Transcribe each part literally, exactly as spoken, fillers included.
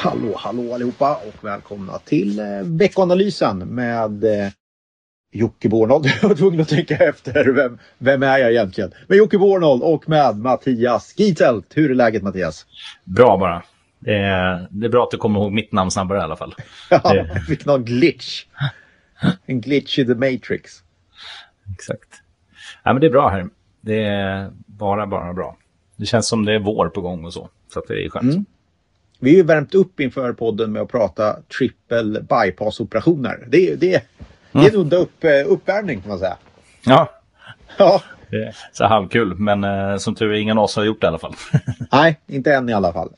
Hallå, hallå allihopa och välkomna till eh, veckoanalysen med eh, Jocke Bornold. Jag var tvungen att tänka efter, vem, vem är jag egentligen? Med Jocke Bornold och med Mattias Gitzelt. Hur är läget, Mattias? Bra bara. Det är, det är bra att du kommer ihåg mitt namn snabbare i alla fall. Ja, jag fick någon glitch. En glitch i the Matrix. Exakt. Ja, men det är bra här. Det är bara, bara bra. Det känns som det är vår på gång och så. Så att det är skönt. Mm. Vi har ju värmt upp inför podden med att prata triple bypass-operationer. Det är, det är, det är en udda upp, uppvärmning kan man säga. Ja. Ja. Det är så halvkul. Men eh, som tur är ingen av oss har gjort det i alla fall. Nej, inte än i alla fall.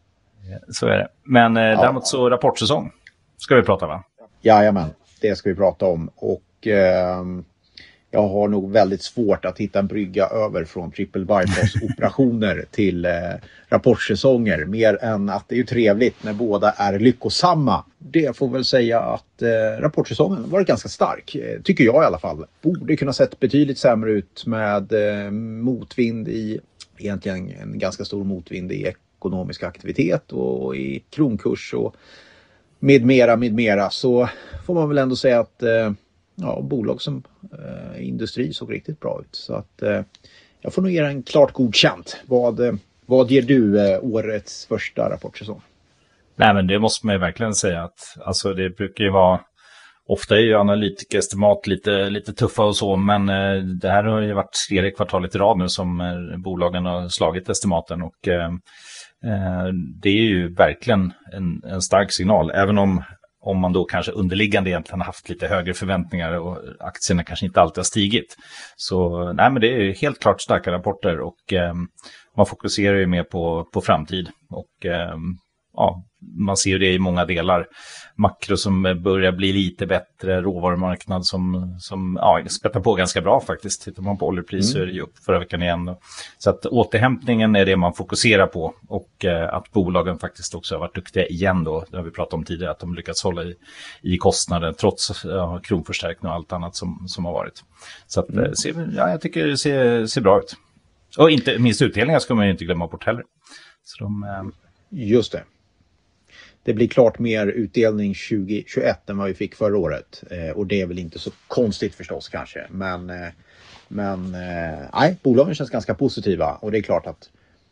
Så är det. Men eh, ja. Däremot så rapportsäsong ska vi prata, va? Jajamän, det ska vi prata om. Och eh, jag har nog väldigt svårt att hitta en brygga över från triple bypass-operationer till eh, rapportsäsonger. Mer än att det är ju trevligt när båda är lyckosamma. Det får väl säga att eh, rapportsäsongen varit ganska stark. Eh, tycker jag i alla fall. Borde kunna sett betydligt sämre ut med eh, motvind i, egentligen en ganska stor motvind i ekonomisk aktivitet och i kronkurs och med mera, med mera. Så får man väl ändå säga att eh, ja, bolag som eh, industri såg riktigt bra ut. Så att eh, jag får nog ge en klart godkänt. Vad, eh, vad ger du eh, årets första rapportsäsong? Nej, men det måste man ju verkligen säga att alltså det brukar ju vara, ofta är ju analytikerestimat lite, lite tuffa och så, men eh, det här har ju varit tredje kvartalet i rad nu som eh, bolagen har slagit estimaten och eh, eh, det är ju verkligen en, en stark signal, även om om man då kanske underliggande egentligen har haft lite högre förväntningar och aktierna kanske inte alltid har stigit. Så nej, men det är helt klart starka rapporter och eh, man fokuserar ju mer på, på framtid och eh, ja, man ser ju det i många delar. Makro som börjar bli lite bättre, råvarumarknad som, som ja, spettar på ganska bra faktiskt. Tittar man på oljepriser mm. är det upp förra veckan igen. Så att återhämtningen är det man fokuserar på och eh, att bolagen faktiskt också har varit duktiga igen då. Det har vi pratat om tidigare, att de lyckats hålla i, i kostnaden trots ja, kronförstärkning och allt annat som, som har varit. Så att, mm. ser, ja, jag tycker det ser, ser bra ut. Och inte minst utdelningar ska man ju inte glömma bort heller. Så de, eh... Just det. Det blir klart mer utdelning tjugo tjugoett än vad vi fick förra året. Eh, och det är väl inte så konstigt förstås kanske. Men, eh, men eh, nej, bolagen känns ganska positiva. Och det är klart att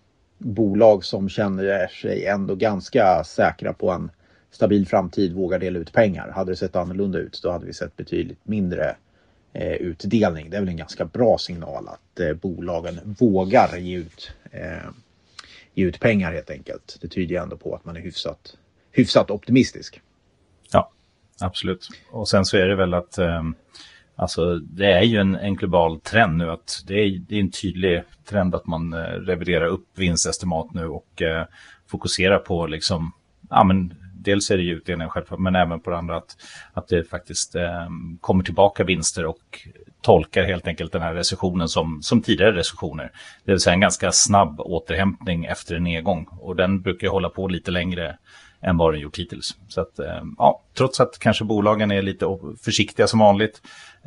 bolag som känner sig ändå ganska säkra på en stabil framtid vågar dela ut pengar. Hade det sett annorlunda ut då hade vi sett betydligt mindre eh, utdelning. Det är väl en ganska bra signal att eh, bolagen vågar ge ut, eh, ge ut pengar helt enkelt. Det tyder ju ändå på att man är hyfsat hyfsat optimistisk. Ja, absolut. Och sen så är det väl att eh, alltså det är ju en, en global trend nu att det är, det är en tydlig trend att man eh, reviderar upp vinstestimat nu och eh, fokuserar på liksom, ja men dels är det ju utdelningen självklart men även på det andra att, att det faktiskt eh, kommer tillbaka vinster och tolkar helt enkelt den här recessionen som, som tidigare recessioner. Det vill säga en ganska snabb återhämtning efter en nedgång och den brukar hålla på lite längre än vad den gjort hittills. Så att, ja, trots att kanske bolagen är lite försiktiga som vanligt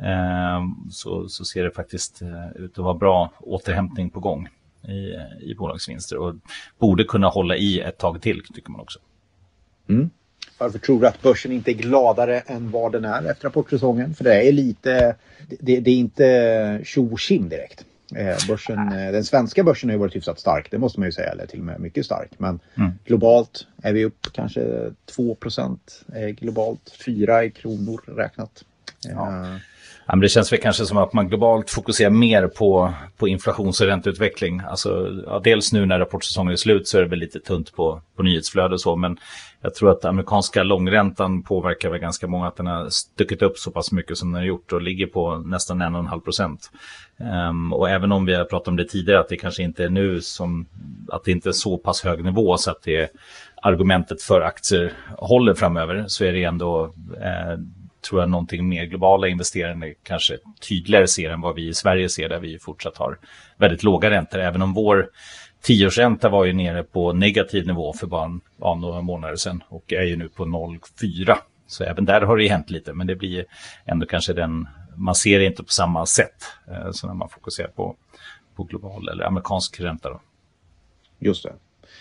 eh, så, så ser det faktiskt ut att vara bra återhämtning på gång i, i bolagsvinster och borde kunna hålla i ett tag till tycker man också. Mm. Varför tror du att börsen inte är gladare än vad den är efter rapportsäsongen? För det är lite, det, det är inte tjo och tjim direkt. Eh, börsen, eh, den svenska börsen har ju varit hyfsat stark, det måste man ju säga, eller till och med mycket stark. Men mm. globalt är vi upp kanske två procent eh, globalt, fyra i kronor räknat. Eh, ja. Ja, men det känns väl kanske som att man globalt fokuserar mer på, på inflations- och ränteutveckling. Alltså, ja, dels nu när rapportsäsongen är slut så är det väl lite tunt på, på nyhetsflöde och så. Men jag tror att amerikanska långräntan påverkar väl ganska många. Att den har stuckit upp så pass mycket som den har gjort och ligger på nästan en komma fem procent. Um, och även om vi har pratat om det tidigare att det kanske inte är nu som att det inte är så pass hög nivå så att det är argumentet för aktier håller framöver så är det ändå eh, tror jag någonting mer globala investerare kanske tydligare ser än vad vi i Sverige ser där vi fortsatt har väldigt låga räntor. Även om vår tioårsränta var ju nere på negativ nivå för bara, en, bara några månader sedan och är ju nu på noll komma fyra. Så även där har det ju hänt lite, men det blir ändå kanske den, man ser det inte på samma sätt eh, som när man fokuserar på, på global eller amerikansk ränta då. Just det.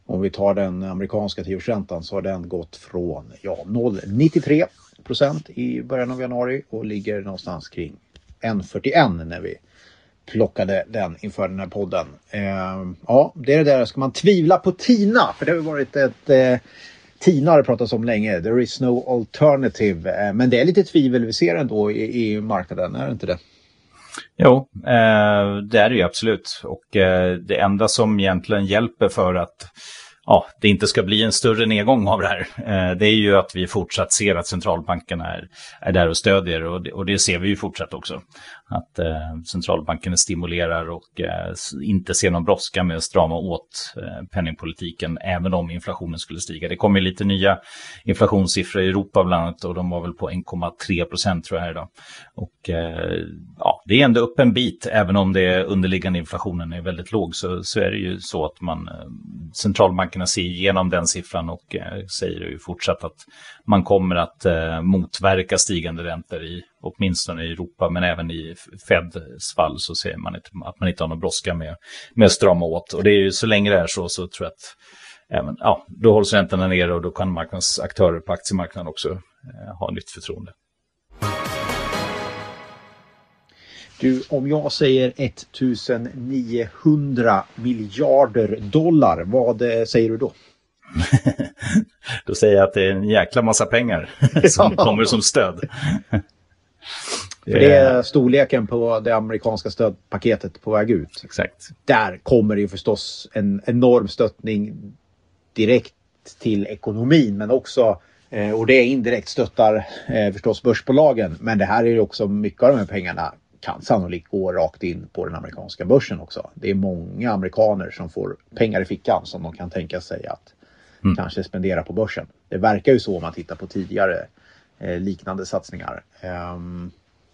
Om vi tar den amerikanska tioårsräntan så har den gått från ja, noll komma nittiotre procent i början av januari och ligger någonstans kring en komma fyrtioen när vi plockade den inför den här podden. Eh, ja, det är det där. Ska man tvivla på Tina? För det har varit ett... Eh, Tina har det pratats om länge. There is no alternative. Eh, men det är lite tvivel vi ser ändå i, i marknaden, är det inte det? Jo, eh, det är det ju absolut. Och eh, det enda som egentligen hjälper för att ja, det inte ska bli en större nedgång av det här, eh, det är ju att vi fortsatt ser att centralbankerna är, är där och stödjer. Och det, och det ser vi ju fortsatt också. Att eh, centralbankerna stimulerar och eh, inte ser någon brådska med att strama åt eh, penningpolitiken även om inflationen skulle stiga. Det kommer lite nya inflationssiffror i Europa bland annat och de var väl på en komma tre procent tror jag här idag. Och eh, ja, det är ändå upp en bit även om det underliggande inflationen är väldigt låg så, så är det ju så att man eh, centralbankerna ser igenom den siffran och eh, säger ju fortsatt att man kommer att eh, motverka stigande räntor i åtminstone i Europa men även i Feds fall så ser man inte, att man inte har någon brådska med, med att strama åt. Och det är ju så länge det är så så tror jag att även, ja, då hålls räntorna nere och då kan marknadsaktörer på aktiemarknaden också eh, ha nytt förtroende. Du, om jag säger nittonhundra miljarder dollar, vad säger du då? Då säger jag att det är en jäkla massa pengar som ja. kommer som stöd. För det är storleken på det amerikanska stödpaketet på väg ut. Exakt. Där kommer det ju förstås en enorm stöttning direkt till ekonomin men också, och det indirekt stöttar förstås börsbolagen. Men det här är ju också mycket av de här pengarna kan sannolikt gå rakt in på den amerikanska börsen också. Det är många amerikaner som får pengar i fickan som de kan tänka sig att mm. kanske spendera på börsen. Det verkar ju så om man tittar på tidigare eh, liknande satsningar. Um,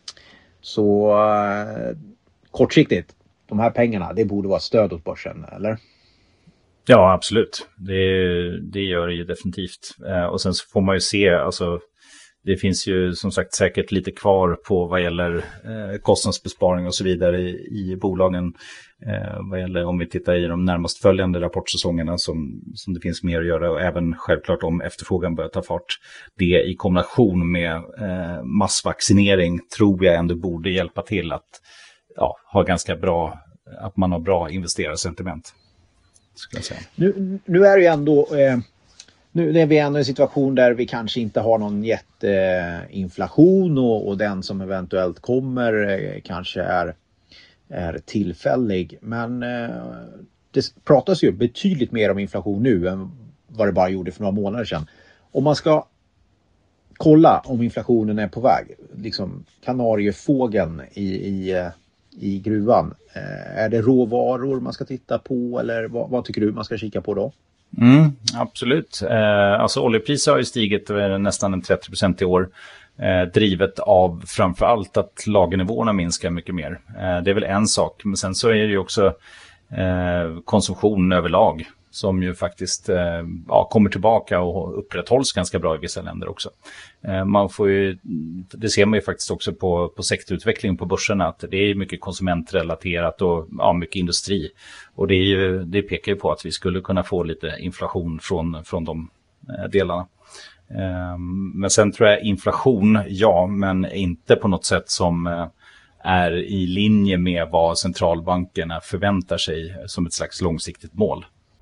så eh, kortsiktigt, de här pengarna, det borde vara stöd åt börsen, eller? Ja, absolut. Det, det gör det ju definitivt. Eh, och sen så får man ju se, alltså det finns ju som sagt säkert lite kvar på vad gäller eh, kostnadsbesparing och så vidare i, i bolagen. Eh, vad gäller om vi tittar i de närmast följande rapportsäsongerna som, som det finns mer att göra. Och även självklart om efterfrågan börjar ta fart. Det i kombination med eh, massvaccinering tror jag ändå borde hjälpa till att ja, ha ganska bra, att man har bra investerarsentiment. Skulle jag säga. Nu, nu är det ju ändå... Eh... Nu är vi ändå i en situation där vi kanske inte har någon jätteinflation och, och den som eventuellt kommer eh, kanske är, är tillfällig. Men eh, det pratas ju betydligt mer om inflation nu än vad det bara gjorde för några månader sedan. Om man ska kolla om inflationen är på väg, liksom kanariefågeln i, i, i gruvan. Eh, är det råvaror man ska titta på eller vad, vad tycker du man ska kika på då? Mm, absolut. Eh, alltså oljepriset har ju stigit nästan en trettio procent i år. Eh, drivet av framförallt att lagernivåerna minskar mycket mer. Eh, det är väl en sak. Men sen så är det ju också eh, konsumtion överlag. Som ju faktiskt eh, ja, kommer tillbaka och upprätthålls ganska bra i vissa länder också. Eh, man får ju, det ser man ju faktiskt också på, på sektorutvecklingen på börsen att det är mycket konsumentrelaterat och ja, mycket industri. Och det, är ju, det pekar ju på att vi skulle kunna få lite inflation från, från de eh, delarna. Eh, men sen tror jag inflation, ja, men inte på något sätt som eh, är i linje med vad centralbankerna förväntar sig som ett slags långsiktigt mål.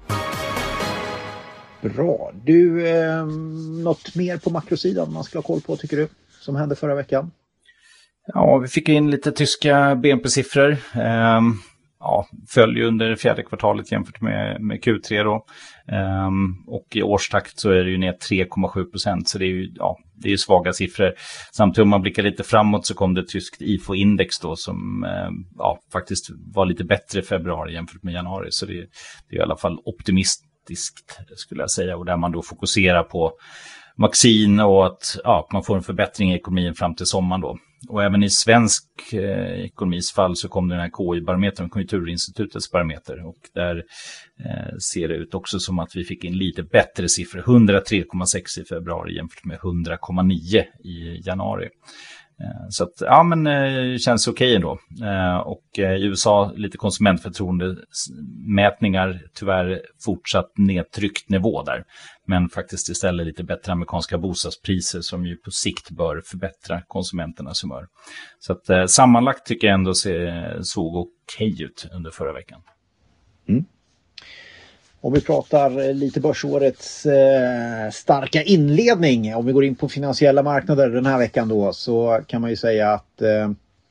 Bra. Du, eh, något mer på makrosidan man ska ha koll på tycker du, som hände förra veckan? Ja, vi fick in lite tyska B N P-siffror. Eh, ja, föll ju under fjärde kvartalet jämfört med, med Q tre då. Eh, och i årstakt så är det ju ner tre komma sju procent, så det är ju, ja, det är ju svaga siffror. Samtidigt om man blickar lite framåt så kom det ett tyskt I F O-index då som eh, ja, faktiskt var lite bättre i februari jämfört med januari. Så det, det är i alla fall optimistiskt skulle jag säga, och där man då fokuserar på vaccin och att ja, man får en förbättring i ekonomin fram till sommaren då. Och även i svensk eh, ekonomis fall så kom den här K I-barometern, Konjunkturinstitutets barometer, och där eh, ser det ut också som att vi fick in lite bättre siffror, hundratre komma sex i februari jämfört med hundra komma nio i januari. Så att, ja men det känns okej ändå. Och i U S A lite konsumentförtroendemätningar, tyvärr fortsatt nedtryckt nivå där. Men faktiskt istället lite bättre amerikanska bostadspriser som ju på sikt bör förbättra konsumenternas humör. Så att sammanlagt tycker jag ändå det såg okej ut under förra veckan. Mm. Om vi pratar lite börsårets eh, starka inledning, om vi går in på finansiella marknader den här veckan då, så kan man ju säga att eh,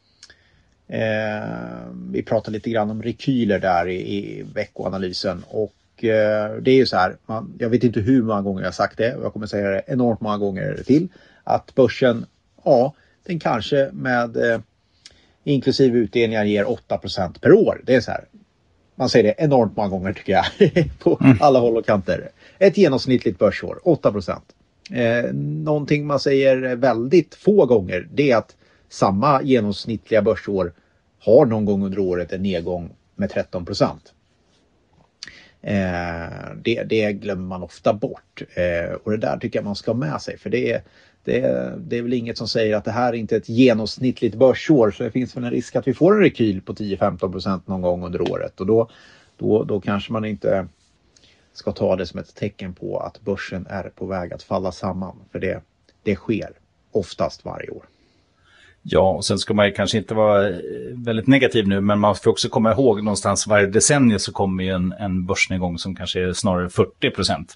eh, vi pratar lite grann om rekyler där i, i veckoanalysen. Och eh, det är ju så här, man, jag vet inte hur många gånger jag har sagt det, och jag kommer säga det enormt många gånger till, att börsen, ja, den kanske med eh, inklusive utdelningar ger åtta procent per år. Det är så här. Man säger det enormt många gånger tycker jag på mm. alla håll och kanter. Ett genomsnittligt börsår, åtta procent. Eh, någonting man säger väldigt få gånger, det är att samma genomsnittliga börsår har någon gång under året en nedgång med tretton procent. Eh, det, det glömmer man ofta bort. Eh, och det där tycker jag man ska ha med sig. För det är, det, är, det är väl inget som säger att det här är inte ett genomsnittligt börsår. Så det finns väl en risk att vi får en rekyl på tio till femton procent någon gång under året. Och då, då, då kanske man inte ska ta det som ett tecken på att börsen är på väg att falla samman. För det, det sker oftast varje år. Ja, och sen ska man ju kanske inte vara väldigt negativ nu, men man får också komma ihåg någonstans varje decennium så kommer ju en, en börsnedgång som kanske är snarare fyrtio procent.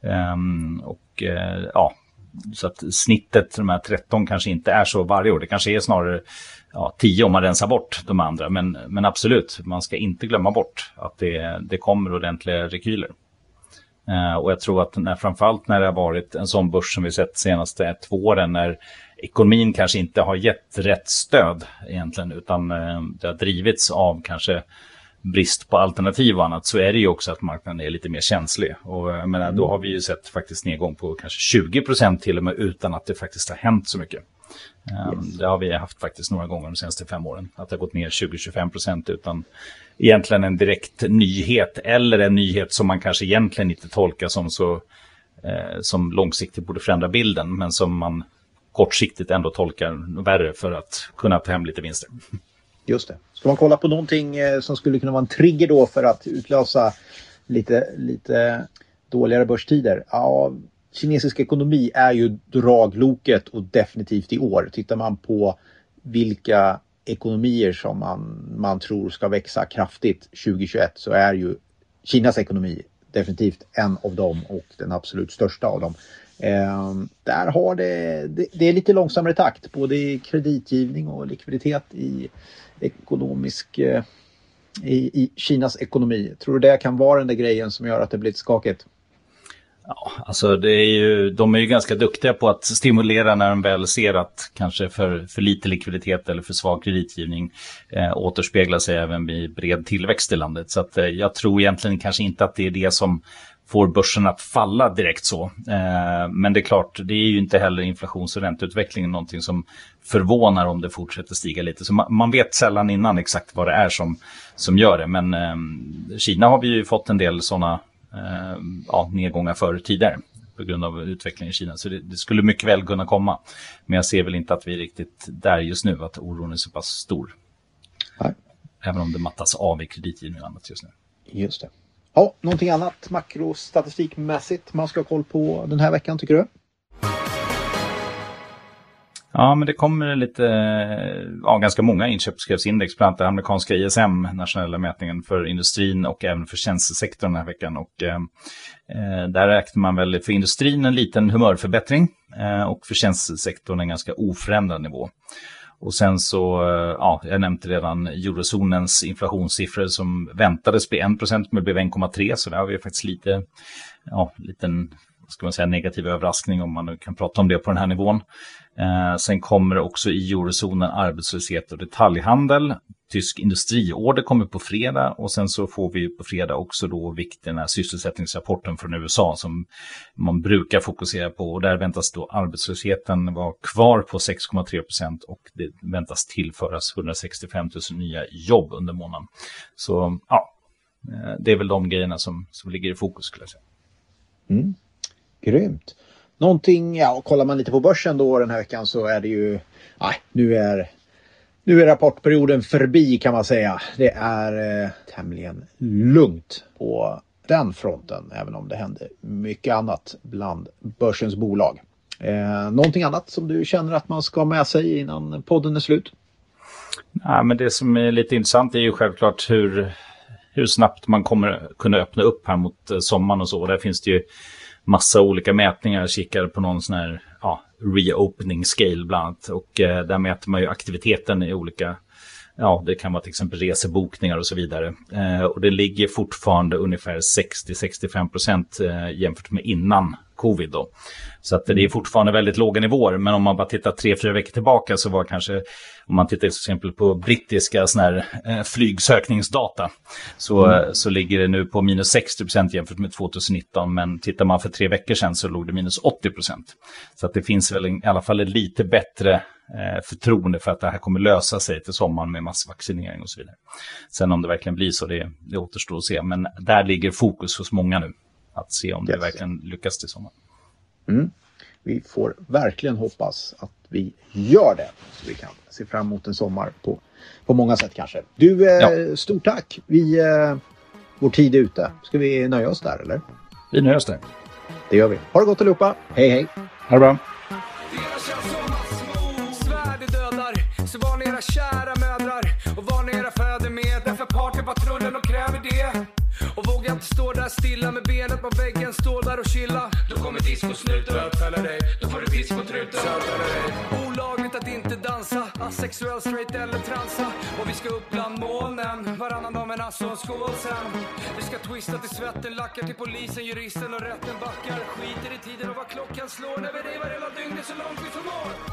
Um, och uh, ja, så att snittet, de här tretton, kanske inte är så varje år. Det kanske är snarare ja, tio om man rensar bort de andra. Men, men absolut, man ska inte glömma bort att det, det kommer ordentliga rekyler. Uh, och jag tror att när, framförallt när det har varit en sån börs som vi sett senaste två åren, när ekonomin kanske inte har gett rätt stöd egentligen, utan uh, det har drivits av kanske brist på alternativ och annat, så är det ju också att marknaden är lite mer känslig. Och jag menar, då har vi ju sett faktiskt nedgång på kanske tjugo procent till och med utan att det faktiskt har hänt så mycket. Yes. Det har vi haft faktiskt några gånger de senaste fem åren. Att det har gått ner tjugo till tjugofem procent utan egentligen en direkt nyhet, eller en nyhet som man kanske egentligen inte tolkar som så eh, som långsiktigt borde förändra bilden, men som man kortsiktigt ändå tolkar värre för att kunna ta hem lite vinster. Just det. Ska man kolla på någonting eh, som skulle kunna vara en trigger då för att utlösa lite, lite dåligare börstider? Ja, kinesisk ekonomi är ju dragloket, och definitivt i år. Tittar man på vilka ekonomier som man, man tror ska växa kraftigt tjugohundratjugoett, så är ju Kinas ekonomi definitivt en av dem, och den absolut största av dem. Eh, där har det, det, det är lite långsammare takt, både i kreditgivning och likviditet i ekonomisk eh, i, i Kinas ekonomi. Tror du det kan vara den där grejen som gör att det blir lite skakigt? Ja, alltså det är ju, de är ju ganska duktiga på att stimulera när de väl ser att kanske för, för lite likviditet eller för svag kreditgivning eh, återspeglar sig även vid bred tillväxt i landet. Så att, eh, jag tror egentligen kanske inte att det är det som får börsen att falla direkt så. Eh, men det är klart, det är ju inte heller inflations- och ränteutvecklingen någonting som förvånar om det fortsätter stiga lite. Så man, man vet sällan innan exakt vad det är som, som gör det. Men eh, Kina har vi ju fått en del sådana eh, ja, nedgångar för tidigare på grund av utvecklingen i Kina. Så det, det skulle mycket väl kunna komma. Men jag ser väl inte att vi är riktigt där just nu, att oron är så pass stor. Nej. Även om det mattas av i kreditgivning och annat just nu. Just det. Ja, någonting annat makrostatistikmässigt man ska ha koll på den här veckan, tycker du? Ja, men det kommer lite, ja, ganska många inköpschefsindex, bland annat det amerikanska I S M, nationella mätningen för industrin och även för tjänstesektorn den här veckan. Och eh, där räknar man väl för industrin en liten humörförbättring eh, och för tjänstesektorn en ganska oförändrad nivå. Och sen så, ja, jag nämnde redan eurozonens inflationssiffror som väntades bli en procent, men blev en komma tre, så där har vi faktiskt lite, ja, liten, ska man säga, negativ överraskning om man nu kan prata om det på den här nivån. Eh, sen kommer också i eurozonen arbetslöshet och detaljhandel. Tysk industriorder kommer på fredag, och sen så får vi på fredag också då vikten här sysselsättningsrapporten från U S A som man brukar fokusera på, och där väntas då arbetslösheten vara kvar på sex komma tre procent och det väntas tillföras hundrasextiofem tusen nya jobb under månaden. Så ja, det är väl de grejerna som, som ligger i fokus, skulle jag säga. Mm. Grymt. Någonting, ja, kollar man lite på börsen då den här veckan så är det ju, nej, nu är, nu är rapportperioden förbi kan man säga. Det är eh, tämligen lugnt på den fronten, även om det händer mycket annat bland börsens bolag. Eh, någonting annat som du känner att man ska med sig innan podden är slut? Ja, men det som är lite intressant är ju självklart hur, hur snabbt man kommer kunna öppna upp här mot sommaren och så. Och där finns det ju massa olika mätningar. Jag kikar på någon sån här ja, reopening scale bland annat. Och eh, där mäter man ju aktiviteten i olika, ja det kan vara till exempel resebokningar och så vidare. Eh, och det ligger fortfarande ungefär sextio till sextiofem procent eh, jämfört med innan covid då. Så att det är fortfarande väldigt låga nivåer, men om man bara tittar tre, fyra veckor tillbaka så var kanske, om man tittar till exempel på brittiska sån här eh, flygsökningsdata så, mm. så ligger det nu på minus sextio procent jämfört med tjugonitton, men tittar man för tre veckor sedan så låg det minus åttio procent. Så att det finns väl i alla fall ett lite bättre eh, förtroende för att det här kommer lösa sig till sommaren med massvaccinering och så vidare. Sen om det verkligen blir så, det, det återstår att se, men där ligger fokus hos många nu. Att se om det yes. verkligen lyckas till sommar. Mm. Vi får verkligen hoppas att vi gör det. Så vi kan se fram emot en sommar på, på många sätt kanske. Du, eh, ja. Stort tack. Vi, eh, vår tid är ute. Ska vi nöja oss där eller? Vi nöjer oss där. Det gör vi. Ha det gott allihopa. Hej hej. Ha det bra. Så var ni era kära mödrar och var ni era fäder med. Därför partypatrullen och kräver det. Och våga inte stå där stilla med benet på väggen, stå där och chilla. Då kommer discosnuten, bötfäller dig. Då får du discotruten, bötfäller dig. Olagligt att inte dansa, asexuell, straight eller transa. Och vi ska upp bland molnen, varannan dag med nass och en skål sen. Vi ska twista till svetten, lackar till polisen, juristen och rätten backar. Skiter i tiden och vad klockan slår när vi revar hela dygnet så långt vi förmår.